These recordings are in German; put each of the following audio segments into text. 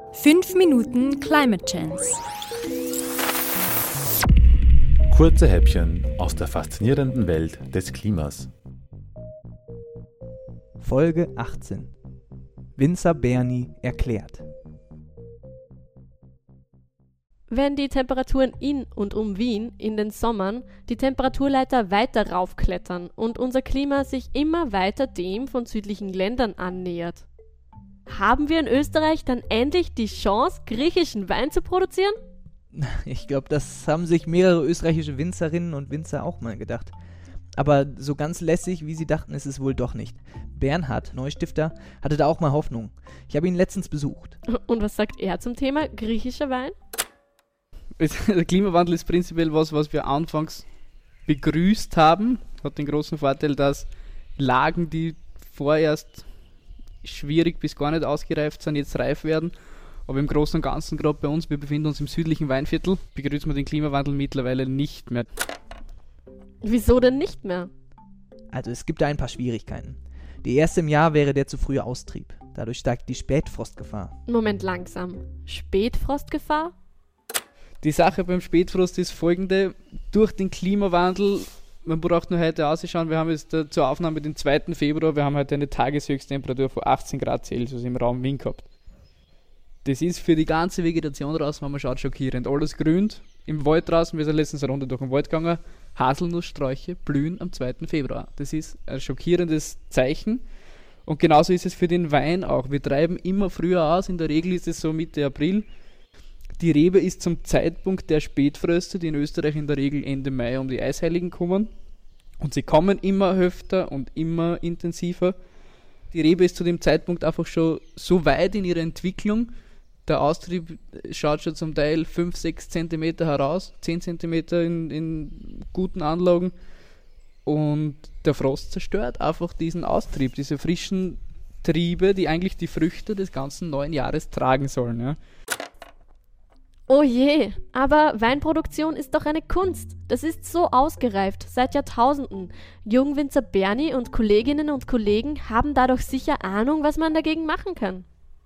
5 Minuten Climate Chance. Kurze Häppchen aus der faszinierenden Welt des Klimas. Folge 18. Winzer Bernie erklärt. Wenn die Temperaturen in und um Wien in den Sommern die Temperaturleiter weiter raufklettern und unser Klima sich immer weiter dem von südlichen Ländern annähert, haben wir in Österreich dann endlich die Chance, griechischen Wein zu produzieren? Ich glaube, das haben sich mehrere österreichische Winzerinnen und Winzer auch mal gedacht. Aber so ganz lässig, wie sie dachten, ist es wohl doch nicht. Bernhard Neustifter hatte da auch mal Hoffnung. Ich habe ihn letztens besucht. Und was sagt er zum Thema griechischer Wein? Der Klimawandel ist prinzipiell was wir anfangs begrüßt haben. Hat den großen Vorteil, dass Lagen, die vorerst schwierig bis gar nicht ausgereift sind, jetzt reif werden. Aber im Großen und Ganzen, gerade bei uns, wir befinden uns im südlichen Weinviertel, begrüßen wir den Klimawandel mittlerweile nicht mehr. Wieso denn nicht mehr? Also es gibt da ein paar Schwierigkeiten. Die erste im Jahr wäre der zu frühe Austrieb. Dadurch steigt die Spätfrostgefahr. Moment, langsam. Spätfrostgefahr? Die Sache beim Spätfrost ist folgende: Durch den Klimawandel, man braucht nur heute ausschauen, wir haben jetzt zur Aufnahme den 2. Februar, wir haben heute eine Tageshöchsttemperatur von 18 Grad Celsius im Raum Wien gehabt. Das ist für die ganze Vegetation draußen, wenn man schaut, schockierend. Alles grünt, im Wald draußen, wir sind letztens eine Runde durch den Wald gegangen, Haselnusssträuche blühen am 2. Februar. Das ist ein schockierendes Zeichen. Und genauso ist es für den Wein auch. Wir treiben immer früher aus, in der Regel ist es so Mitte April. Die Rebe ist zum Zeitpunkt der Spätfröste, die in Österreich in der Regel Ende Mai um die Eisheiligen kommen. Und sie kommen immer öfter und immer intensiver. Die Rebe ist zu dem Zeitpunkt einfach schon so weit in ihrer Entwicklung. Der Austrieb schaut schon zum Teil 5-6 cm heraus, 10 cm in guten Anlagen. Und der Frost zerstört einfach diesen Austrieb, diese frischen Triebe, die eigentlich die Früchte des ganzen neuen Jahres tragen sollen. Ja. Oh je, aber Weinproduktion ist doch eine Kunst. Das ist so ausgereift, seit Jahrtausenden. Jungwinzer Bernie und Kolleginnen und Kollegen haben da doch sicher Ahnung, was man dagegen machen kann.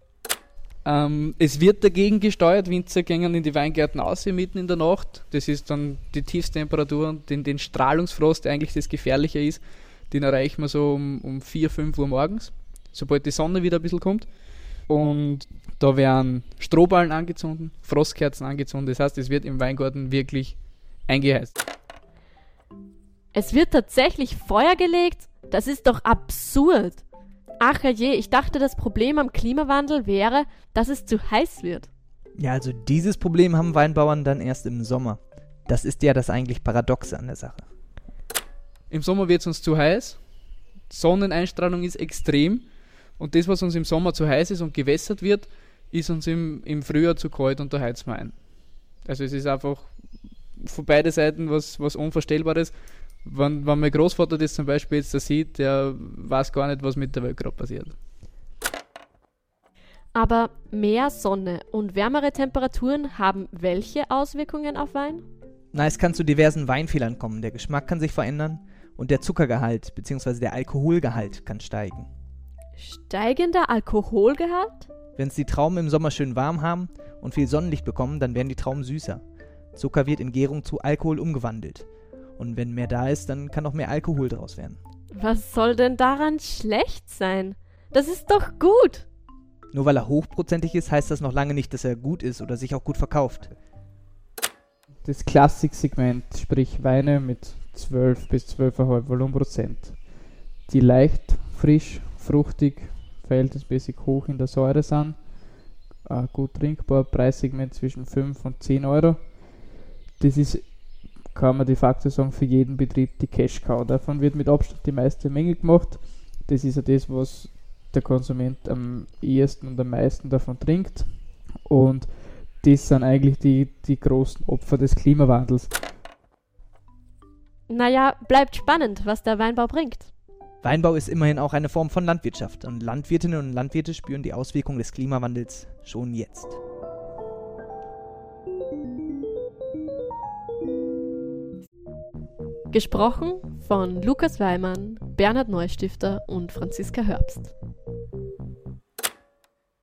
Es wird dagegen gesteuert, Winzer gehen in die Weingärten aus, mitten in der Nacht. Das ist dann die Tiefsttemperatur und den Strahlungsfrost, der eigentlich das Gefährliche ist, den erreichen wir so um 4, 5 Uhr morgens, sobald die Sonne wieder ein bisschen kommt. Und da werden Strohballen angezündet, Frostkerzen angezündet. Das heißt, es wird im Weingarten wirklich eingeheizt. Es wird tatsächlich Feuer gelegt? Das ist doch absurd. Ach je, ich dachte, das Problem am Klimawandel wäre, dass es zu heiß wird. Ja, also dieses Problem haben Weinbauern dann erst im Sommer. Das ist ja das eigentlich Paradoxe an der Sache. Im Sommer wird es uns zu heiß, Sonneneinstrahlung ist extrem und das, was uns im Sommer zu heiß ist und gewässert wird, ist uns im Frühjahr zu kalt und da heizen wir ein. Also es ist einfach von beiden Seiten was Unvorstellbares. Wenn mein Großvater das zum Beispiel jetzt da sieht, der weiß gar nicht, was mit der Welt gerade passiert. Aber mehr Sonne und wärmere Temperaturen haben welche Auswirkungen auf Wein? Na, es kann zu diversen Weinfehlern kommen. Der Geschmack kann sich verändern und der Zuckergehalt bzw. der Alkoholgehalt kann steigen. Steigender Alkoholgehalt? Wenn es die Trauben im Sommer schön warm haben und viel Sonnenlicht bekommen, dann werden die Trauben süßer. Zucker wird in Gärung zu Alkohol umgewandelt. Und wenn mehr da ist, dann kann auch mehr Alkohol draus werden. Was soll denn daran schlecht sein? Das ist doch gut. Nur weil er hochprozentig ist, heißt das noch lange nicht, dass er gut ist oder sich auch gut verkauft. Das Klassiksegment, sprich Weine mit 12 bis 12,5 Volumenprozent, die leicht, frisch, fruchtig, verhältnismäßig hoch in der Säure sind, gut trinkbar, Preissegment zwischen 5 und 10 Euro. Das ist, kann man de facto sagen, für jeden Betrieb die Cash-Cow. Davon wird mit Abstand die meiste Menge gemacht. Das ist ja das, was der Konsument am ehesten und am meisten davon trinkt. Und das sind eigentlich die großen Opfer des Klimawandels. Naja, bleibt spannend, was der Weinbau bringt. Weinbau ist immerhin auch eine Form von Landwirtschaft und Landwirtinnen und Landwirte spüren die Auswirkungen des Klimawandels schon jetzt. Gesprochen von Lukas Weimann, Bernhard Neustifter und Franziska Herbst.